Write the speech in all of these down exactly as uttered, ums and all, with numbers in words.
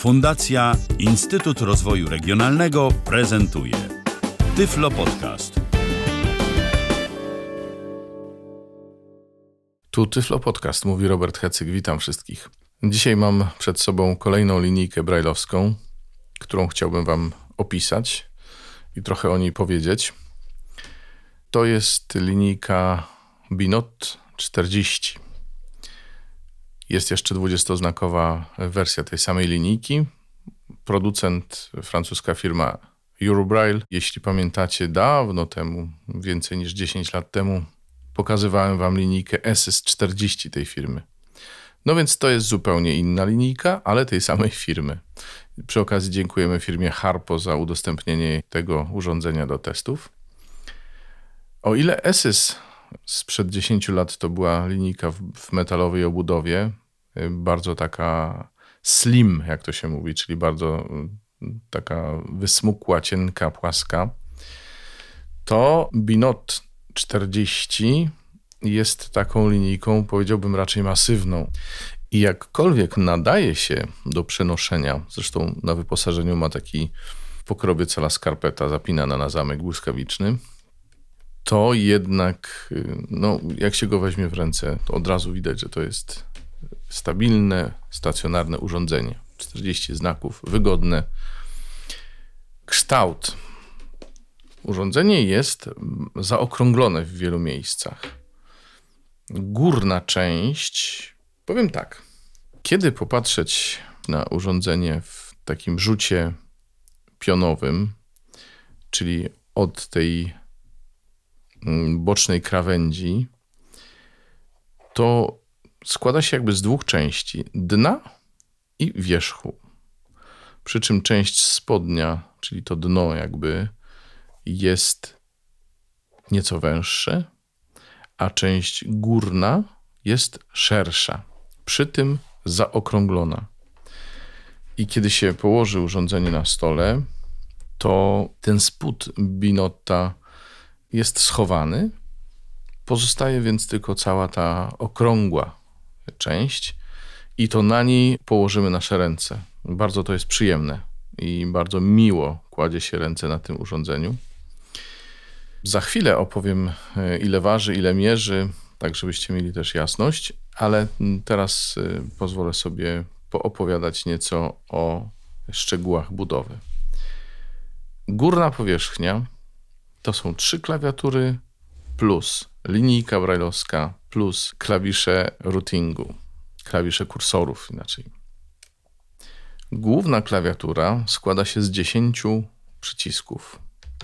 Fundacja Instytut Rozwoju Regionalnego prezentuje Tyflo Podcast. Tu Tyflo Podcast, mówi Robert Hecyk, witam wszystkich. Dzisiaj mam przed sobą kolejną linijkę brajlowską, którą chciałbym wam opisać i trochę o niej powiedzieć. To jest linijka Binot czterdzieści. Jest jeszcze dwudziestoznakowa wersja tej samej linijki. Producent, francuska firma Eurobraille. Jeśli pamiętacie, dawno temu, więcej niż dziesięć lat temu, pokazywałem wam linijkę S S czterdzieści tej firmy. No więc to jest zupełnie inna linijka, ale tej samej firmy. Przy okazji dziękujemy firmie Harpo za udostępnienie tego urządzenia do testów. O ile S S sprzed dziesięciu lat to była linijka w, w metalowej obudowie, bardzo taka slim, jak to się mówi, czyli bardzo taka wysmukła, cienka, płaska, to Binot czterdzieści jest taką linijką, powiedziałbym, raczej masywną. I jakkolwiek nadaje się do przenoszenia, zresztą na wyposażeniu ma taki w pokrobie cała skarpeta zapinana na zamek błyskawiczny, to jednak, no, jak się go weźmie w ręce, to od razu widać, że to jest stabilne, stacjonarne urządzenie. czterdzieści znaków, wygodne. Kształt. Urządzenie jest zaokrąglone w wielu miejscach. Górna część, powiem tak, kiedy popatrzeć na urządzenie w takim rzucie pionowym, czyli od tej bocznej krawędzi, to składa się jakby z dwóch części, dna i wierzchu. Przy czym część spodnia, czyli to dno jakby, jest nieco węższe, a część górna jest szersza, przy tym zaokrąglona. I kiedy się położy urządzenie na stole, to ten spód Binota jest schowany, pozostaje więc tylko cała ta okrągła część i to na niej położymy nasze ręce. Bardzo to jest przyjemne i bardzo miło kładzie się ręce na tym urządzeniu. Za chwilę opowiem, ile waży, ile mierzy, tak żebyście mieli też jasność, ale teraz pozwolę sobie poopowiadać nieco o szczegółach budowy. Górna powierzchnia to są trzy klawiatury plus linijka brajlowska plus klawisze routingu, klawisze kursorów inaczej. Główna klawiatura składa się z dziesięciu przycisków.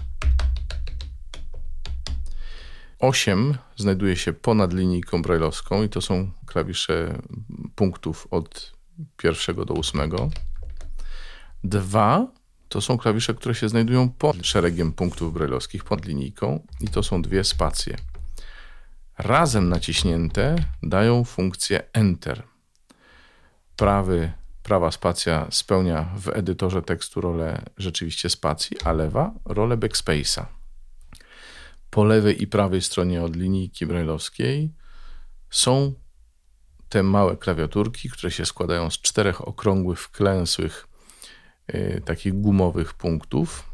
Osiem znajduje się ponad linijką brajlowską i to są klawisze punktów od pierwszego do ósmego. Dwa to są klawisze, które się znajdują pod szeregiem punktów brajlowskich, pod linijką i to są dwie spacje. Razem naciśnięte dają funkcję Enter. Prawy, prawa spacja spełnia w edytorze tekstu rolę rzeczywiście spacji, a lewa rolę backspace'a. Po lewej i prawej stronie od linijki brajlowskiej są te małe klawiaturki, które się składają z czterech okrągłych, wklęsłych, yy, takich gumowych punktów.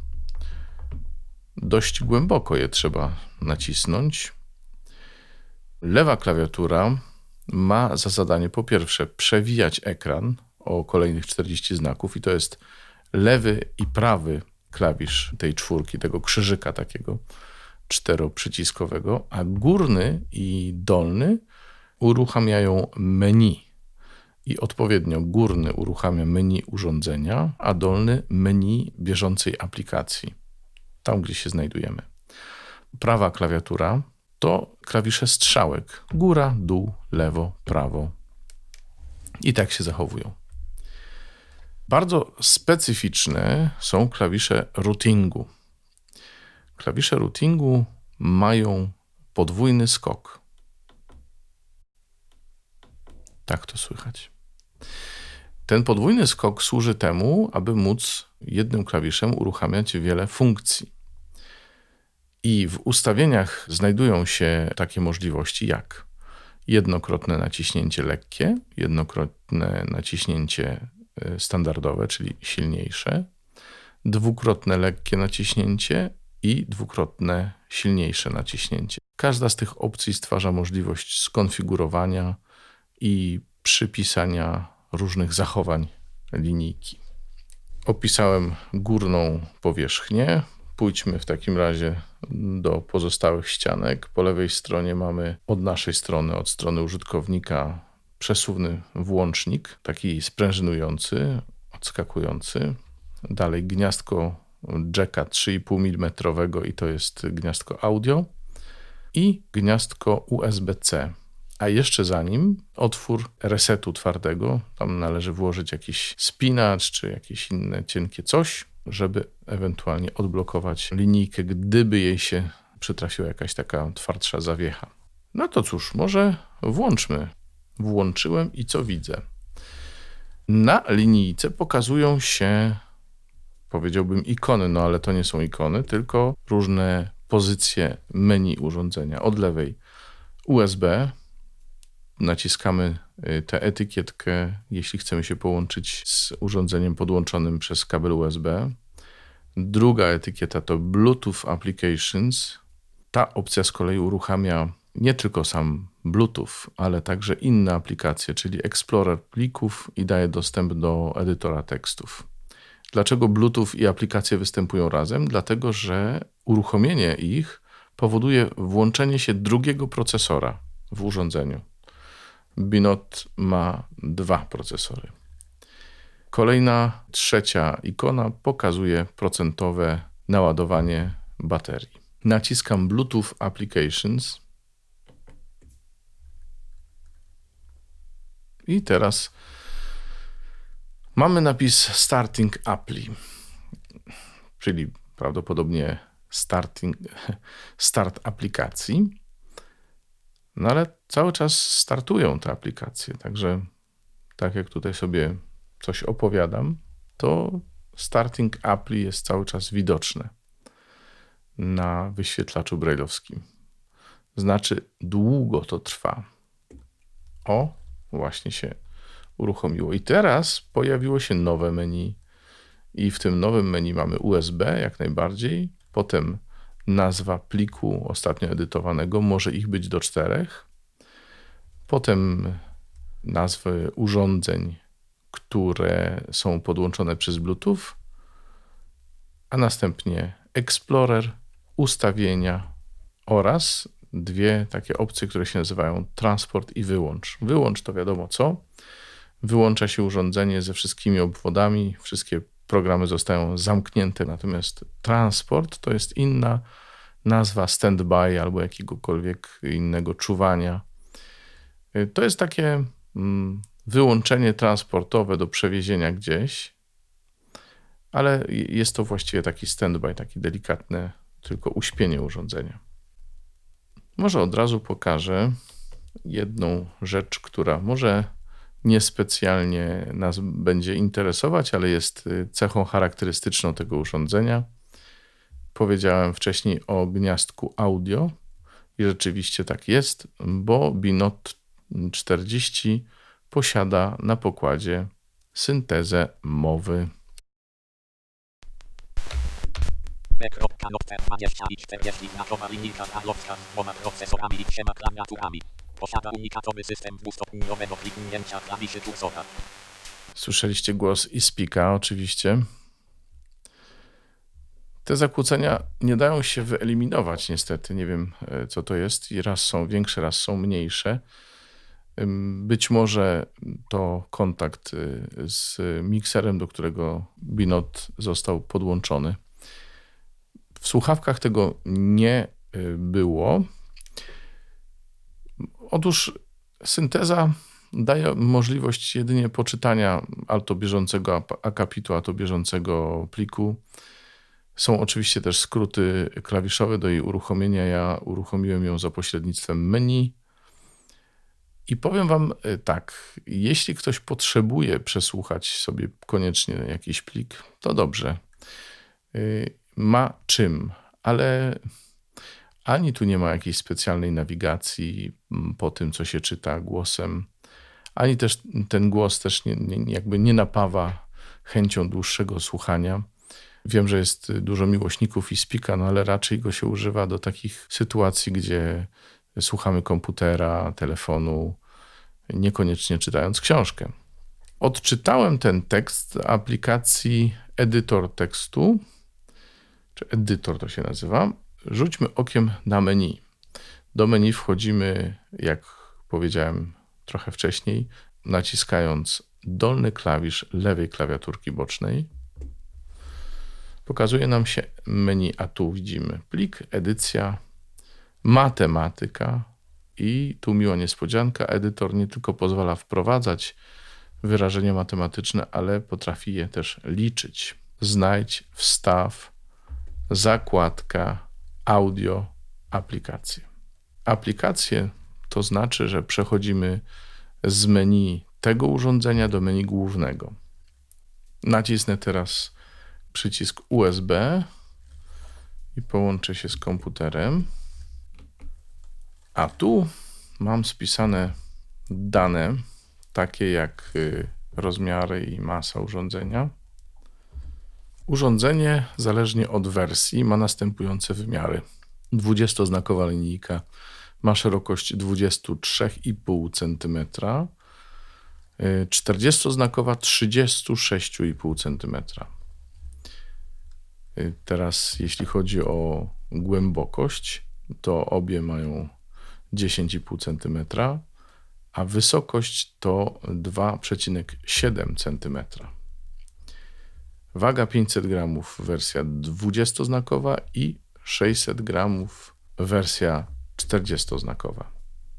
Dość głęboko je trzeba nacisnąć. Lewa klawiatura ma za zadanie po pierwsze przewijać ekran o kolejnych czterdzieści znaków i to jest lewy i prawy klawisz tej czwórki, tego krzyżyka takiego czteroprzyciskowego, a górny i dolny uruchamiają menu i odpowiednio górny uruchamia menu urządzenia, a dolny menu bieżącej aplikacji, tam gdzie się znajdujemy. Prawa klawiatura to klawisze strzałek, góra, dół, lewo, prawo i tak się zachowują. Bardzo specyficzne są klawisze routingu. Klawisze routingu mają podwójny skok. Tak to słychać. Ten podwójny skok służy temu, aby móc jednym klawiszem uruchamiać wiele funkcji. I w ustawieniach znajdują się takie możliwości jak jednokrotne naciśnięcie lekkie, jednokrotne naciśnięcie standardowe, czyli silniejsze, dwukrotne lekkie naciśnięcie i dwukrotne silniejsze naciśnięcie. Każda z tych opcji stwarza możliwość skonfigurowania i przypisania różnych zachowań linijki. Opisałem górną powierzchnię. Pójdźmy w takim razie do pozostałych ścianek. Po lewej stronie mamy od naszej strony, od strony użytkownika, przesuwny włącznik, taki sprężynujący, odskakujący. Dalej gniazdko jacka trzy i pół milimetra i to jest gniazdko audio i gniazdko U S B C. A jeszcze za nim otwór resetu twardego. Tam należy włożyć jakiś spinacz czy jakieś inne cienkie coś, żeby ewentualnie odblokować linijkę, gdyby jej się przytrafiła jakaś taka twardsza zawiecha. No to cóż, może włączmy. Włączyłem i co widzę? Na linijce pokazują się, powiedziałbym, ikony, no ale to nie są ikony, tylko różne pozycje menu urządzenia. Od lewej U S B. Naciskamy tę etykietkę, jeśli chcemy się połączyć z urządzeniem podłączonym przez kabel U S B. Druga etykieta to Bluetooth Applications. Ta opcja z kolei uruchamia nie tylko sam Bluetooth, ale także inne aplikacje, czyli Explorer plików i daje dostęp do edytora tekstów. Dlaczego Bluetooth i aplikacje występują razem? Dlatego, że uruchomienie ich powoduje włączenie się drugiego procesora w urządzeniu. Binot ma dwa procesory. Kolejna, trzecia ikona pokazuje procentowe naładowanie baterii. Naciskam Bluetooth Applications i teraz mamy napis Starting Appli, czyli prawdopodobnie starting, start aplikacji. No ale cały czas startują te aplikacje, także tak jak tutaj sobie coś opowiadam, to Starting Appli jest cały czas widoczne na wyświetlaczu brajlowskim. Znaczy długo to trwa. O, właśnie się uruchomiło. I teraz pojawiło się nowe menu i w tym nowym menu mamy U S B jak najbardziej, potem nazwa pliku ostatnio edytowanego, może ich być do czterech. Potem nazwy urządzeń, które są podłączone przez Bluetooth, a następnie Explorer, ustawienia oraz dwie takie opcje, które się nazywają transport i wyłącz. Wyłącz to wiadomo co. Wyłącza się urządzenie ze wszystkimi obwodami, wszystkie programy zostają zamknięte, natomiast transport to jest inna nazwa standby albo jakiegokolwiek innego czuwania. To jest takie wyłączenie transportowe do przewiezienia gdzieś, ale jest to właściwie taki standby, taki delikatne tylko uśpienie urządzenia. Może od razu pokażę jedną rzecz, która może niespecjalnie nas będzie interesować, ale jest cechą charakterystyczną tego urządzenia. Powiedziałem wcześniej o gniazdku audio i rzeczywiście tak jest, bo Binot czterdzieści posiada na pokładzie syntezę mowy. B dwadzieścia i czterdzieści znakowa linijka brajlowska z dwoma procesorami i trzema klawiaturami. Posiada unikatowy system dwustopniowego kliknięcia klawiszy kursora. Słyszeliście głos iSpeaka oczywiście. Te zakłócenia nie dają się wyeliminować niestety. Nie wiem co to jest i raz są większe, raz są mniejsze. Być może to kontakt z mikserem, do którego Binot został podłączony. W słuchawkach tego nie było. Otóż synteza daje możliwość jedynie poczytania alto bieżącego akapitu, alto bieżącego pliku. Są oczywiście też skróty klawiszowe do jej uruchomienia. Ja uruchomiłem ją za pośrednictwem menu. I powiem wam tak, jeśli ktoś potrzebuje przesłuchać sobie koniecznie jakiś plik, to dobrze. Ma czym, ale ani tu nie ma jakiejś specjalnej nawigacji po tym, co się czyta głosem, ani też ten głos też nie, nie, jakby nie napawa chęcią dłuższego słuchania. Wiem, że jest dużo miłośników eSpeaka, no ale raczej go się używa do takich sytuacji, gdzie słuchamy komputera, telefonu, niekoniecznie czytając książkę. Odczytałem ten tekst w aplikacji edytor tekstu, czy edytor to się nazywa. Rzućmy okiem na menu. Do menu wchodzimy, jak powiedziałem trochę wcześniej, naciskając dolny klawisz lewej klawiaturki bocznej. Pokazuje nam się menu, a tu widzimy plik, edycja, matematyka i tu miła niespodzianka. Edytor nie tylko pozwala wprowadzać wyrażenia matematyczne, ale potrafi je też liczyć. Znajdź, wstaw, zakładka, audio, aplikacje. Aplikacje to znaczy, że przechodzimy z menu tego urządzenia do menu głównego. Nacisnę teraz przycisk U S B i połączę się z komputerem. A tu mam spisane dane, takie jak rozmiary i masa urządzenia. Urządzenie, zależnie od wersji, ma następujące wymiary. dwudziestoznakowa linijka ma szerokość dwadzieścia trzy i pół centymetra, czterdziestoznakowa trzydzieści sześć i pół centymetra. Teraz jeśli chodzi o głębokość, to obie mają dziesięć i pół centymetra, a wysokość to dwa przecinek siedem centymetra. Waga pięćset gramów wersja dwudziestoznakowa i sześćset gramów wersja czterdziestoznakowa.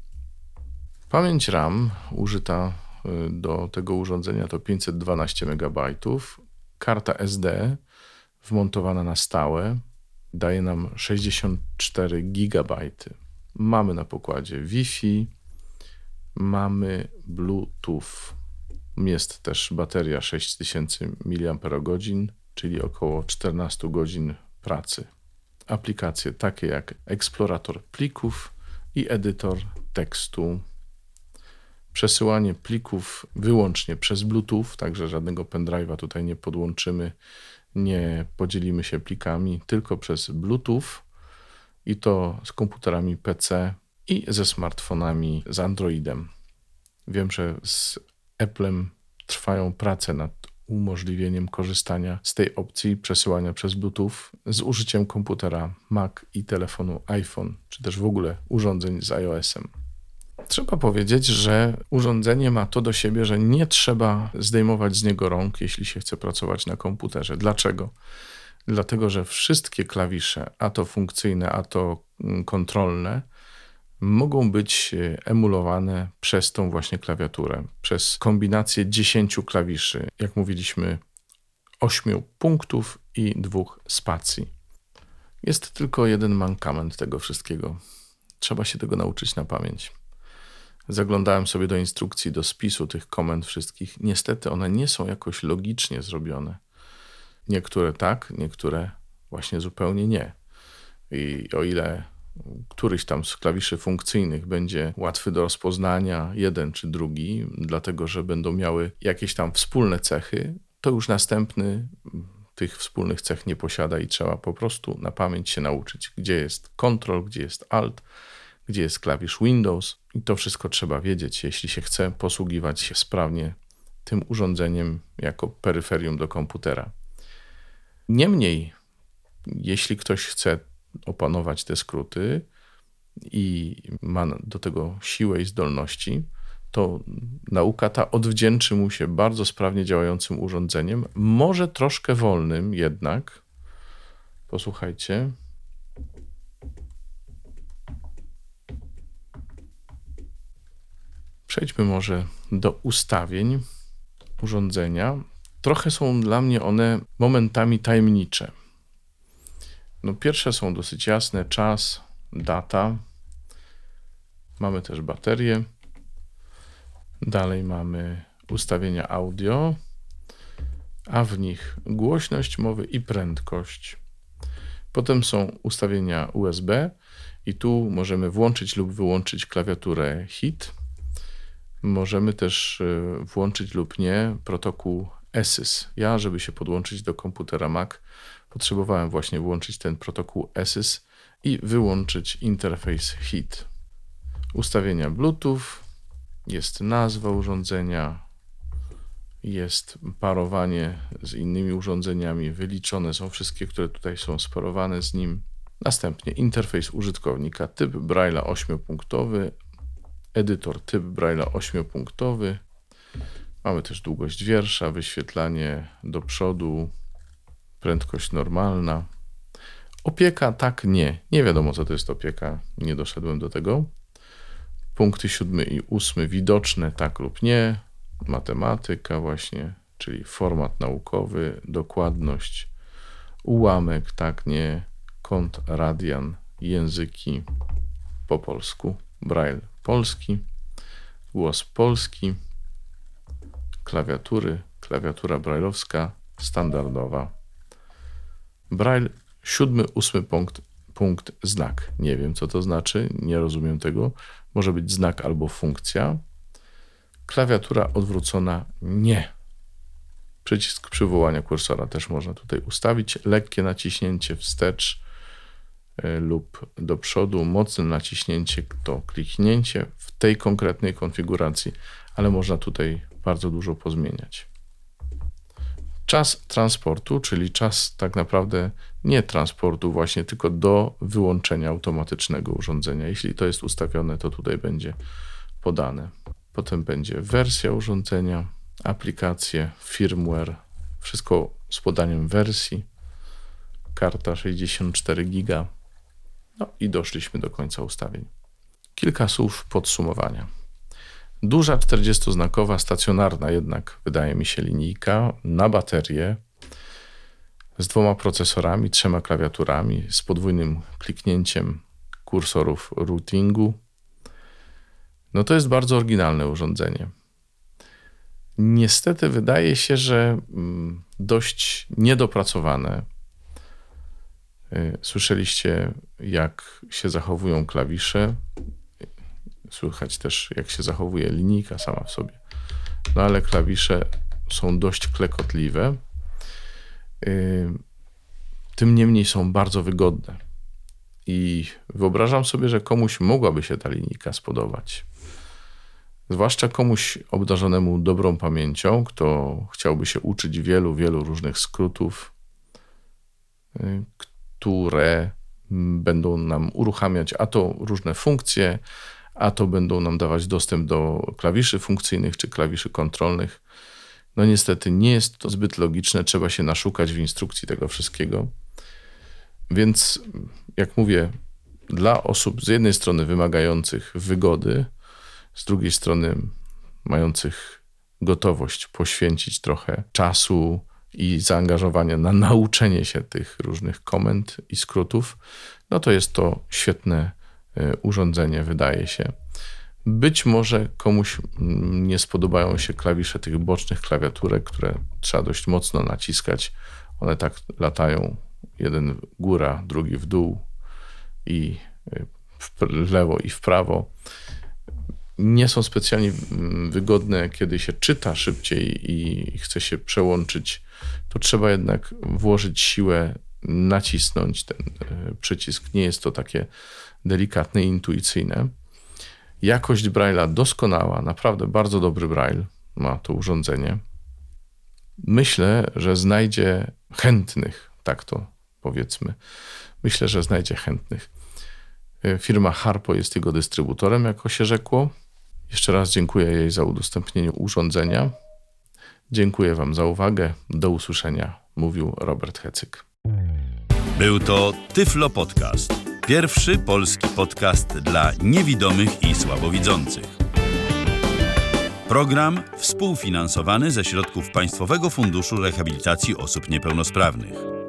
Pamięć RAM użyta do tego urządzenia to pięćset dwanaście megabajtów. Karta S D wmontowana na stałe daje nam sześćdziesiąt cztery gigabajty. Mamy na pokładzie Wi-Fi, mamy Bluetooth. Jest też bateria sześć tysięcy miliamperogodzin, czyli około czternaście godzin pracy. Aplikacje takie jak eksplorator plików i edytor tekstu. Przesyłanie plików wyłącznie przez Bluetooth, także żadnego pendrive'a tutaj nie podłączymy, nie podzielimy się plikami, tylko przez Bluetooth i to z komputerami P C i ze smartfonami z Androidem. Wiem, że z Apple'em trwają prace nad umożliwieniem korzystania z tej opcji przesyłania przez Bluetooth z użyciem komputera Mac i telefonu iPhone, czy też w ogóle urządzeń z iOS-em. Trzeba powiedzieć, że urządzenie ma to do siebie, że nie trzeba zdejmować z niego rąk, jeśli się chce pracować na komputerze. Dlaczego? Dlatego, że wszystkie klawisze, a to funkcyjne, a to kontrolne, mogą być emulowane przez tą właśnie klawiaturę, przez kombinację dziesięciu klawiszy, jak mówiliśmy, ośmiu punktów i dwóch spacji. Jest tylko jeden mankament tego wszystkiego. Trzeba się tego nauczyć na pamięć. Zaglądałem sobie do instrukcji, do spisu tych komend wszystkich. Niestety one nie są jakoś logicznie zrobione. Niektóre tak, niektóre właśnie zupełnie nie. I o ile któryś tam z klawiszy funkcyjnych będzie łatwy do rozpoznania, jeden czy drugi, dlatego że będą miały jakieś tam wspólne cechy, to już następny tych wspólnych cech nie posiada i trzeba po prostu na pamięć się nauczyć, gdzie jest Ctrl, gdzie jest Alt, gdzie jest klawisz Windows i to wszystko trzeba wiedzieć, jeśli się chce posługiwać się sprawnie tym urządzeniem jako peryferium do komputera. Niemniej, jeśli ktoś chce opanować te skróty i ma do tego siłę i zdolności, to nauka ta odwdzięczy mu się bardzo sprawnie działającym urządzeniem, może troszkę wolnym jednak. Posłuchajcie. Przejdźmy może do ustawień urządzenia. Trochę są dla mnie one momentami tajemnicze. No pierwsze są dosyć jasne, czas, data. Mamy też baterię. Dalej mamy ustawienia audio, a w nich głośność mowy i prędkość. Potem są ustawienia U S B i tu możemy włączyć lub wyłączyć klawiaturę hit. Możemy też włączyć lub nie protokół E S Y S. Ja, żeby się podłączyć do komputera Mac, potrzebowałem właśnie włączyć ten protokół E S Y S i wyłączyć interfejs H I T. Ustawienia Bluetooth, jest nazwa urządzenia, jest parowanie z innymi urządzeniami, wyliczone są wszystkie, które tutaj są sparowane z nim. Następnie interfejs użytkownika, typ Braille'a ośmiopunktowy, edytor typ Braille'a ośmiopunktowy. Mamy też długość wiersza, wyświetlanie do przodu, prędkość normalna. Opieka tak, nie. Nie wiadomo, co to jest opieka, nie doszedłem do tego. Punkty siódmy i ósmy widoczne tak lub nie. Matematyka właśnie, czyli format naukowy, dokładność, ułamek tak, nie, kąt radian, języki po polsku, Braille polski, głos polski, klawiatury, klawiatura brajlowska standardowa. Braille siódmy, ósmy punkt, punkt znak. Nie wiem, co to znaczy, nie rozumiem tego. Może być znak albo funkcja. Klawiatura odwrócona nie. Przycisk przywołania kursora też można tutaj ustawić. Lekkie naciśnięcie wstecz lub do przodu, mocne naciśnięcie to kliknięcie w tej konkretnej konfiguracji, ale można tutaj bardzo dużo pozmieniać. Czas transportu, czyli czas tak naprawdę nie transportu właśnie, tylko do wyłączenia automatycznego urządzenia. Jeśli to jest ustawione, to tutaj będzie podane. Potem będzie wersja urządzenia, aplikacje, firmware, wszystko z podaniem wersji, karta sześćdziesiąt cztery giga. No i doszliśmy do końca ustawień. Kilka słów podsumowania. Duża czterdziestoznakowa, stacjonarna jednak, wydaje mi się, linijka na baterię z dwoma procesorami, trzema klawiaturami, z podwójnym kliknięciem kursorów routingu. No to jest bardzo oryginalne urządzenie. Niestety wydaje się, że dość niedopracowane. Słyszeliście, jak się zachowują klawisze. Słychać też, jak się zachowuje linijka sama w sobie. No ale klawisze są dość klekotliwe. Tym niemniej są bardzo wygodne. I wyobrażam sobie, że komuś mogłaby się ta linijka spodobać. Zwłaszcza komuś obdarzonemu dobrą pamięcią, kto chciałby się uczyć wielu, wielu różnych skrótów, które będą nam uruchamiać a to różne funkcje, a to będą nam dawać dostęp do klawiszy funkcyjnych czy klawiszy kontrolnych. No niestety nie jest to zbyt logiczne, trzeba się naszukać w instrukcji tego wszystkiego. Więc jak mówię, dla osób z jednej strony wymagających wygody, z drugiej strony mających gotowość poświęcić trochę czasu i zaangażowania na nauczenie się tych różnych komend i skrótów, no to jest to świetne urządzenie, wydaje się. Być może komuś nie spodobają się klawisze tych bocznych klawiaturek, które trzeba dość mocno naciskać. One tak latają, jeden w góra, drugi w dół i w lewo i w prawo. Nie są specjalnie wygodne, kiedy się czyta szybciej i chce się przełączyć. To trzeba jednak włożyć siłę, nacisnąć ten przycisk. Nie jest to takie delikatne i intuicyjne. Jakość Braille'a doskonała, naprawdę bardzo dobry Braille ma to urządzenie. Myślę, że znajdzie chętnych, tak to powiedzmy. Myślę, że znajdzie chętnych. Firma Harpo jest jego dystrybutorem, jako się rzekło. Jeszcze raz dziękuję jej za udostępnienie urządzenia. Dziękuję Wam za uwagę. Do usłyszenia, mówił Robert Hecyk. Był to Tyflo Podcast. Pierwszy polski podcast dla niewidomych i słabowidzących. Program współfinansowany ze środków Państwowego Funduszu Rehabilitacji Osób Niepełnosprawnych.